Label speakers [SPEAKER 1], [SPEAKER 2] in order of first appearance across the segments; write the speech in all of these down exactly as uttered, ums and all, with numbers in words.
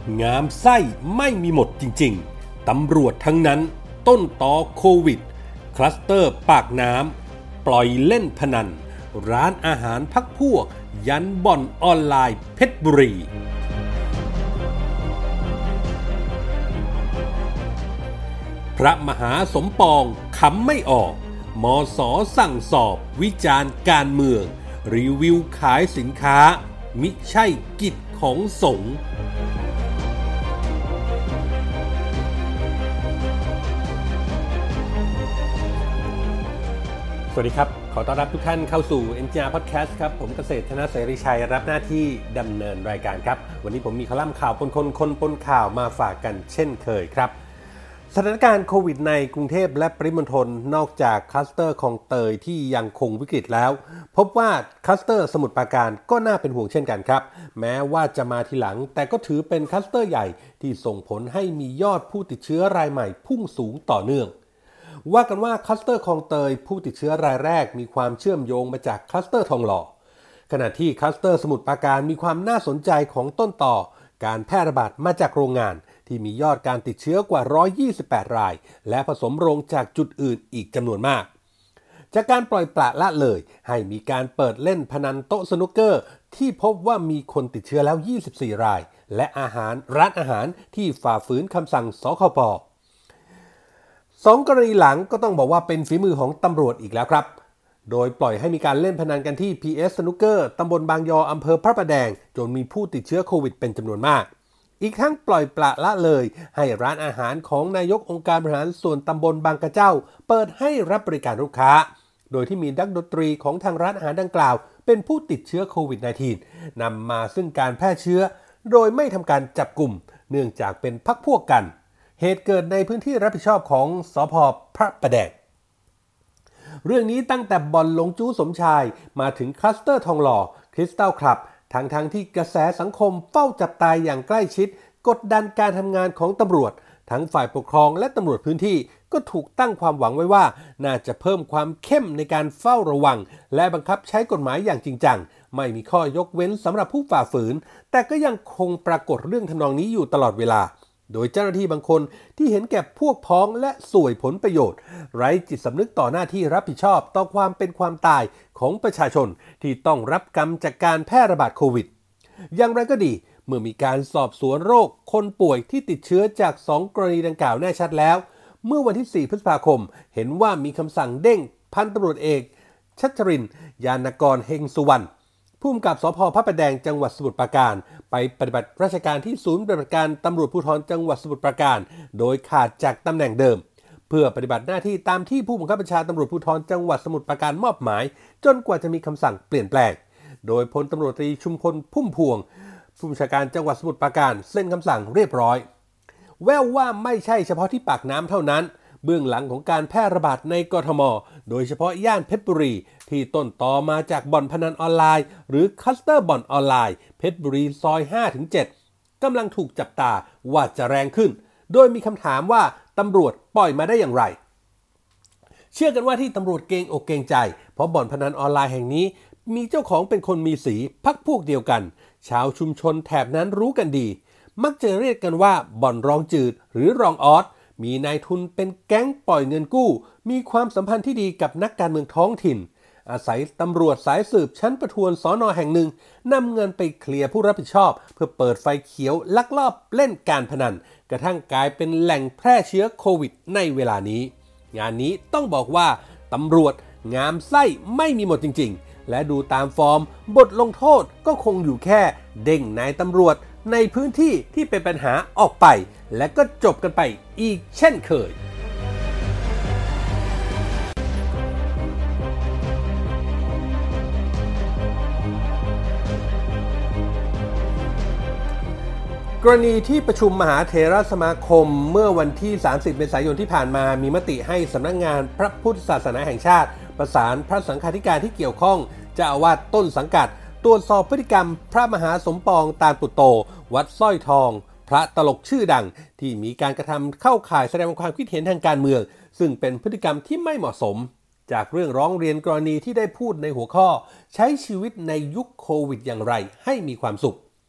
[SPEAKER 1] งามไส้ไม่มีหมดจริงๆตำรวจทั้งนั้นต้นตอโควิดคลัสเตอร์ปากน้ำปล่อยเล่นพนันร้านอาหารพักพวกยันบ่อนออนไลน์เพชรบุรีพระมหาสมปองขำไม่ออกมส.สั่งสอบวิจารณ์การเมืองรีวิวขายสินค้ามิใช่กิจของสงฆ์สวัสดีครับขอต้อนรับทุกท่านเข้าสู่ เอ็น จี อาร์ Podcast ครับผมเกษตรธนเสรีชัยรับหน้าที่ดำเนินรายการครับวันนี้ผมมีคอลัมน์ข่าวปนคนคนปนข่าวมาฝากกันเช่นเคยครับสถานการณ์โควิดในกรุงเทพและปริมณฑลนอกจากคลัสเตอร์คลองเตยที่ยังคงวิกฤตแล้วพบว่าคลัสเตอร์สมุทรปราการก็น่าเป็นห่วงเช่นกันครับแม้ว่าจะมาทีหลังแต่ก็ถือเป็นคลัสเตอร์ใหญ่ที่ส่งผลให้มียอดผู้ติดเชื้อรายใหม่พุ่งสูงต่อเนื่องว่ากันว่าคลัสเตอร์คลองเตยผู้ติดเชื้อรายแรกมีความเชื่อมโยงมาจากคลัสเตอร์ทองหล่อขณะที่คลัสเตอร์สมุทรปราการมีความน่าสนใจของต้นต่อการแพร่ระบาดมาจากโรงงานที่มียอดการติดเชื้อกว่าหนึ่งร้อยยี่สิบแปดรายและผสมโรงจากจุดอื่นอีกจำนวนมากจากการปล่อยปละละเลยให้มีการเปิดเล่นพนันโต๊ะสนุกเกอร์ที่พบว่ามีคนติดเชื้อแล้วยี่สิบสี่รายและอาหารร้านอาหารที่ฝ่าฝืนคำสั่งสคป.สองกรณีหลังก็ต้องบอกว่าเป็นฝีมือของตำรวจอีกแล้วครับโดยปล่อยให้มีการเล่นพนันกันที่ พี เอส Snooker ตำบลบางยออำเภอพระประแดงจนมีผู้ติดเชื้อโควิดเป็นจำนวนมากอีกทั้งปล่อยปละละเลยให้ร้านอาหารของนายกองค์การบริหารส่วนตำบลบางกระเจ้าเปิดให้รับบริการลูกค้าโดยที่มีนักดนตรีของทางร้านอาหารดังกล่าวเป็นผู้ติดเชื้อโควิด สิบเก้า นำมาซึ่งการแพร่เชื้อโดยไม่ทำการจับกลุ่มเนื่องจากเป็นพรรคพวกกันเหตุเกิดในพื้นที่รับผิดชอบของสภ.พระประแดงเรื่องนี้ตั้งแต่บ่อนหลงจู้สมชายมาถึงคลัสเตอร์ทองหล่อคริสตัลคลับทั้งทั้งที่กระแสสังคมเฝ้าจับตายอย่างใกล้ชิดกดดันการทำงานของตำรวจทั้งฝ่ายปกครองและตำรวจพื้นที่ก็ถูกตั้งความหวังไว้ว่าน่าจะเพิ่มความเข้มในการเฝ้าระวังและบังคับใช้กฎหมายอย่างจริงจังไม่มีข้อยกเว้นสำหรับผู้ฝ่าฝืนแต่ก็ยังคงปรากฏเรื่องทำนองนี้อยู่ตลอดเวลาโดยเจ้าหน้าที่บางคนที่เห็นแก่พวกพ้องและส่วยผลประโยชน์ไร้จิตสำนึกต่อหน้าที่รับผิดชอบต่อความเป็นความตายของประชาชนที่ต้องรับกรรมจากการแพร่ระบาดโควิดอย่างไรก็ดีเมื่อมีการสอบสวนโรคคนป่วยที่ติดเชื้อจากสองกรณีดังกล่าวแน่ชัดแล้วเมื่อวันที่สี่พฤษภาคมเห็นว่ามีคำสั่งเด้งพันตำรวจเอกชัชรินทร์ยานกรเฮงสุวรรณผู้กำกับสภ.พระประแดงจังหวัดสมุทรปราการไปปฏิบัติราชการที่ศูนย์ปฏิบัติการตำรวจภูธรจังหวัดสมุทรปราการโดยขาดจากตำแหน่งเดิมเพื่อปฏิบัติหน้าที่ตามที่ผู้บังคับบัญชาตำรวจภูธรจังหวัดสมุทรปราการมอบหมายจนกว่าจะมีคำสั่งเปลี่ยนแปลงโดยพลตำรวจตรีชุมพลพุ่มพวงผู้บัญชาการจังหวัดสมุทรปราการเซ็นคำสั่งเรียบร้อยแววว่าไม่ใช่เฉพาะที่ปากน้ำเท่านั้นเบื้องหลังของการแพร่ระบาดในกทม.โดยเฉพาะย่านเพชรบุรีที่ต้นตอมาจากบ่อนพนันออนไลน์หรือคลัสเตอร์บ่อนออนไลน์เพชรบุรีซอย ห้าถึงเจ็ด กำลังถูกจับตาว่าจะแรงขึ้นโดยมีคำถามว่าตำรวจปล่อยมาได้อย่างไรเชื่อกันว่าที่ตำรวจเกรงอกเกรงใจเพราะบ่อนพนันออนไลน์แห่งนี้มีเจ้าของเป็นคนมีสีพรรคพวกเดียวกันชาวชุมชนแถบนั้นรู้กันดีมักจะเรียกกันว่าบ่อนรองจืดหรือรองออสมีนายทุนเป็นแก๊งปล่อยเงินกู้มีความสัมพันธ์ที่ดีกับนักการเมืองท้องถิ่นอาศัยตำรวจสายสืบชั้นประทวนสน.แห่งหนึ่งนำเงินไปเคลียร์ผู้รับผิดชอบเพื่อเปิดไฟเขียวลักลอบเล่นการพนันกระทั่งกลายเป็นแหล่งแพร่เชื้อโควิดในเวลานี้งานนี้ต้องบอกว่าตำรวจงามไส้ไม่มีหมดจริงๆและดูตามฟอร์มบทลงโทษก็คงอยู่แค่เด้งนายตำรวจในพื้นที่ที่เป็นปัญหาออกไปและก็จบกันไปอีกเช่นเคยกรณีที่ประชุมมหาเถรสมาคมเมื่อวันที่สามสิบเมษายนที่ผ่านมามีมติให้สำนักงานพระพุทธศาสนาแห่งชาติประสานพระสังฆาธิการที่เกี่ยวข้องเจ้าอาวาสต้นสังกัดตรวจสอบพฤติกรรมพระมหาสมปองตาลปุตโตวัดสร้อยทองพระตลกชื่อดังที่มีการกระทำเข้าข่ายแสดงความคิดเห็นทางการเมืองซึ่งเป็นพฤติกรรมที่ไม่เหมาะสมจากเรื่องร้องเรียนกรณีที่ได้พูดในหัวข้อใช้ชีวิตในยุคโควิดอย่างไรให้มีความสุข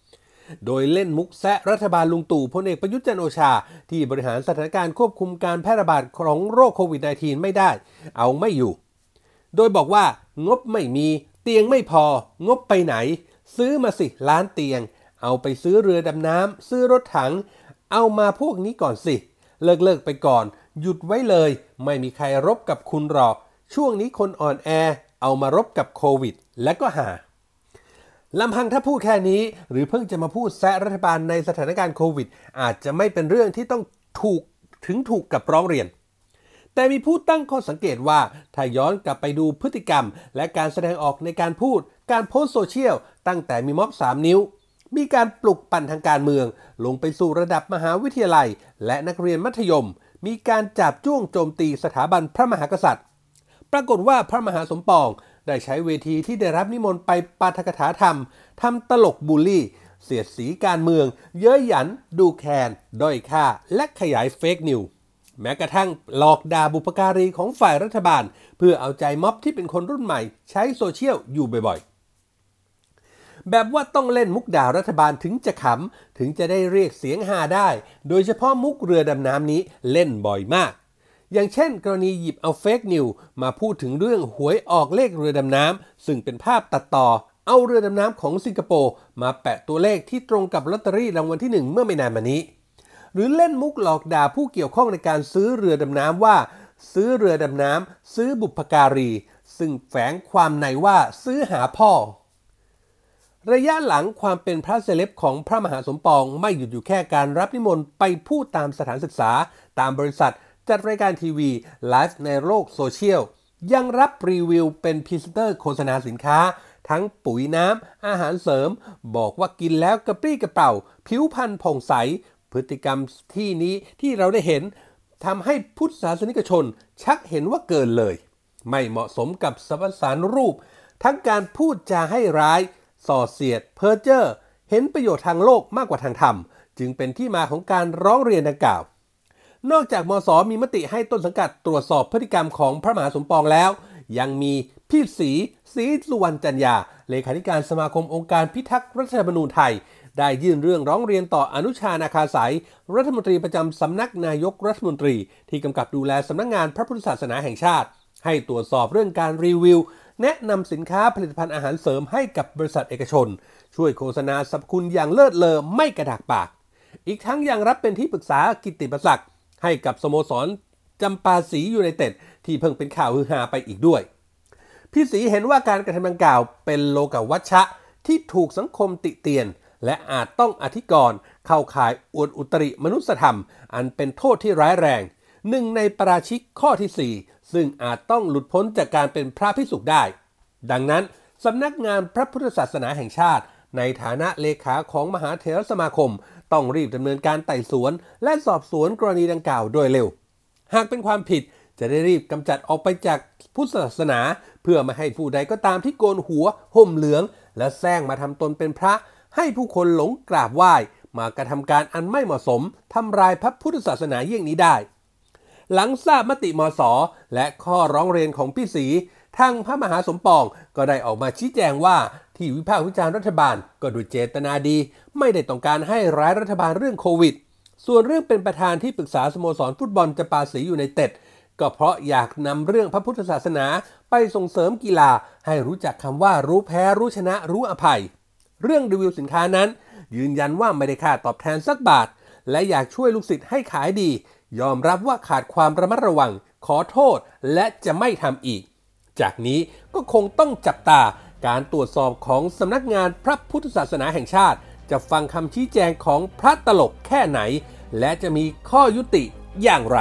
[SPEAKER 1] โดยเล่นมุกแซะรัฐบาลลุงตู่พลเอกประยุทธ์จันทร์โอชาที่บริหารสถานการณ์ควบคุมการแพร่ระบาดของโรคโควิด สิบเก้า ไม่ได้เอาไม่อยู่โดยบอกว่างบไม่มีเตียงไม่พองบไปไหนซื้อมาสิล้านเตียงเอาไปซื้อเรือดำน้ำซื้อรถถังเอามาพวกนี้ก่อนสิเลิกเลิกไปก่อนหยุดไว้เลยไม่มีใครรบกับคุณหรอกช่วงนี้คนอ่อนแอเอามารบกับโควิดและก็หาลำพังถ้าพูดแค่นี้หรือเพิ่งจะมาพูดแซะรัฐบาลในสถานการณ์โควิดอาจจะไม่เป็นเรื่องที่ต้องถูกถึงถูกกับร้องเรียนแต่มีผู้ตั้งข้อสังเกตว่าถ้าย้อนกลับไปดูพฤติกรรมและการแสดงออกในการพูดการโพสต์โซเชียลตั้งแต่มีม็อบสามนิ้วมีการปลุกปั่นทางการเมืองลงไปสู่ระดับมหาวิทยาลัยและนักเรียนมัธยมมีการจับจ้วงโจมตีสถาบันพระมหากษัตริย์ปรากฏว่าพระมหาสมปองได้ใช้เวทีที่ได้รับนิมนต์ไปปาฐกถาธรรมทำตลกบูลลี่เสียดสีการเมืองเย้ยหยันดูแคลนด้อยค่าและขยายเฟกนิวส์แม้กระทั่งหลอกด่าบุพการีของฝ่ายรัฐบาลเพื่อเอาใจม็อบที่เป็นคนรุ่นใหม่ใช้โซเชียลอยู่บ่อยๆแบบว่าต้องเล่นมุกด่ารัฐบาลถึงจะขำถึงจะได้เรียกเสียงฮาได้โดยเฉพาะมุกเรือดำน้ำนี้เล่นบ่อยมากอย่างเช่นกรณีหยิบเอาเฟกนิวส์มาพูดถึงเรื่องหวยออกเลขเรือดำน้ำซึ่งเป็นภาพตัดต่อเอาเรือดำน้ำของสิงคโปร์มาแปะตัวเลขที่ตรงกับลอตเตอรี่รางวัลที่หนึ่งเมื่อไม่นานมานี้หรือเล่นมุกหลอกด่าผู้เกี่ยวข้องในการซื้อเรือดำน้ำว่าซื้อเรือดำน้ำซื้อบุพการีซึ่งแฝงความในว่าซื้อหาพ่อระยะหลังความเป็นพระเซเลบของพระมหาสมปองไม่หยุดอยู่แค่การรับนิมนต์ไปพูดตามสถานศึกษาตามบริษัทจัดรายการทีวีไลฟ์ในโลกโซเชียลยังรับรีวิวเป็นพรีเซนเตอร์โฆษณาสินค้าทั้งปุ๋ยน้ำอาหารเสริมบอกว่ากินแล้วกระปรี้กระเปร่าผิวพรรณผ่องใสพฤติกรรมที่นี้ที่เราได้เห็นทำให้พุทธศาสนิกชนชักเห็นว่าเกินเลยไม่เหมาะสมกับสมสารรูปทั้งการพูดจาให้ร้ายส่อเสียดเพ้อเจ้อเห็นประโยชน์ทางโลกมากกว่าทางธรรมจึงเป็นที่มาของการร้องเรียนดังกล่าวนอกจากมส.มีมติให้ต้นสังกัดตรวจสอบพฤติกรรมของพระมหาสมปองแล้วยังมีพี่ศรีศรีสุวรรณจันยาเลขาธิการสมาคมองค์การพิทักษ์รัฐธรรมนูญไทยได้ยื่นเรื่องร้องเรียนต่ออนุชานาคาสายรัฐมนตรีประจำสำนักนายกรัฐมนตรีที่กำกับดูแลสำนักงานพระพุทธศาสนาแห่งชาติให้ตรวจสอบเรื่องการรีวิวแนะนำสินค้าผลิตภัณฑ์อาหารเสริมให้กับบริษัทเอกชนช่วยโฆษณาสรรพคุณอย่างเลิศเลอไม่กระดากปากอีกทั้งยังรับเป็นที่ปรึกษากิตติมศักดิ์ให้กับสโมสรจำปาศรียูไนเต็ดที่เพิ่งเป็นข่าวฮือฮาไปอีกด้วยพี่ศรีเห็นว่าการกระทำดังกล่าวเป็นโลกวัชชะที่ถูกสังคมติเตียนและอาจต้องอธิกรณ์เข้าข่ายอวดอุตริมนุสธรรมอันเป็นโทษที่ร้ายแรงหนึ่งในปาราชิกข้อที่สี่ซึ่งอาจต้องหลุดพ้นจากการเป็นพระภิกษุได้ดังนั้นสำนักงานพระพุทธศาสนาแห่งชาติในฐานะเลขาของมหาเถรสมาคมต้องรีบดำเนินการไต่สวนและสอบสวนกรณีดังกล่าวโดยเร็วหากเป็นความผิดจะได้รีบกำจัดออกไปจากพุทธศาสนาเพื่อไม่ให้ผู้ใดก็ตามที่โกนหัวห่มเหลืองและแซงมาทำตนเป็นพระให้ผู้คนหลงกราบไหว้มากระทำการอันไม่เหมาะสมทำลายพระพุทธศาสนาเยี่ยงนี้ได้หลังทราบมติมส.และข้อร้องเรียนของพี่ศรีทางพระมหาสมปองก็ได้ออกมาชี้แจงว่าที่วิพากษ์วิจารณ์รัฐบาลก็ด้วยเจตนาดีไม่ได้ต้องการให้ร้ายรัฐบาลเรื่องโควิดส่วนเรื่องเป็นประธานที่ปรึกษาสโมสรฟุตบอลจำปาศรียูไนเต็ดก็เพราะอยากนำเรื่องพระพุทธศาสนาไปส่งเสริมกีฬาให้รู้จักคำว่ารู้แพ้รู้ชนะรู้อภัยเรื่องรีวิวสินค้านั้นยืนยันว่าไม่ได้ค่าตอบแทนสักบาทและอยากช่วยลูกศิษย์ให้ขายดียอมรับว่าขาดความระมัดระวังขอโทษและจะไม่ทำอีกจากนี้ก็คงต้องจับตาการตรวจสอบของสำนักงานพระพุทธศาสนาแห่งชาติจะฟังคำชี้แจงของพระตลกแค่ไหนและจะมีข้อยุติอย่างไร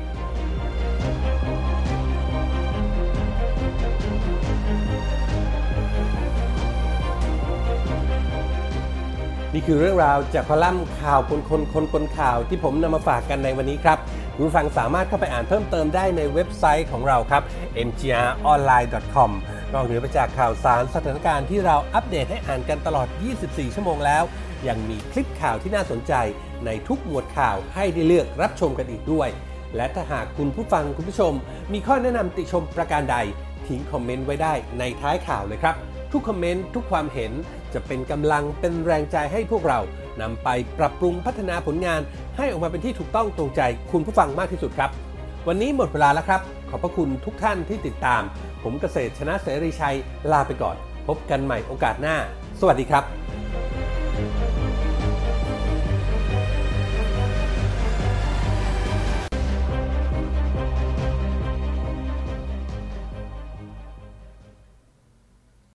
[SPEAKER 1] นี่คือเรื่องราวจากคอลัมน์ข่าวคนคนคนคนข่าวที่ผมนำมาฝากกันในวันนี้ครับคุณผู้ฟังสามารถเข้าไปอ่านเพิ่มเติมได้ในเว็บไซต์ของเราครับ เอ็ม จี อาร์ ออนไลน์ ดอท คอม นอกเหนือไปจากข่าวสารสถานการณ์ที่เราอัปเดตให้อ่านกันตลอดยี่สิบสี่ชั่วโมงแล้วยังมีคลิปข่าวที่น่าสนใจในทุกหมวดข่าวให้ได้เลือกรับชมกันอีกด้วยและถ้าหากคุณผู้ฟังคุณผู้ชมมีข้อแนะนำติชมประการใดทิ้งคอมเมนต์ไว้ได้ในท้ายข่าวเลยครับทุกคอมเมนต์ทุกความเห็นจะเป็นกำลังเป็นแรงใจให้พวกเรานำไปปรับปรุงพัฒนาผลงานให้ออกมาเป็นที่ถูกต้องตรงใจคุณผู้ฟังมากที่สุดครับวันนี้หมดเวลาแล้วครับขอบพระคุณทุกท่านที่ติดตามผมเกษตรชนะเสรีชัยลาไปก่อนพบกันใหม่โอกาสหน้าสวัสดีครับ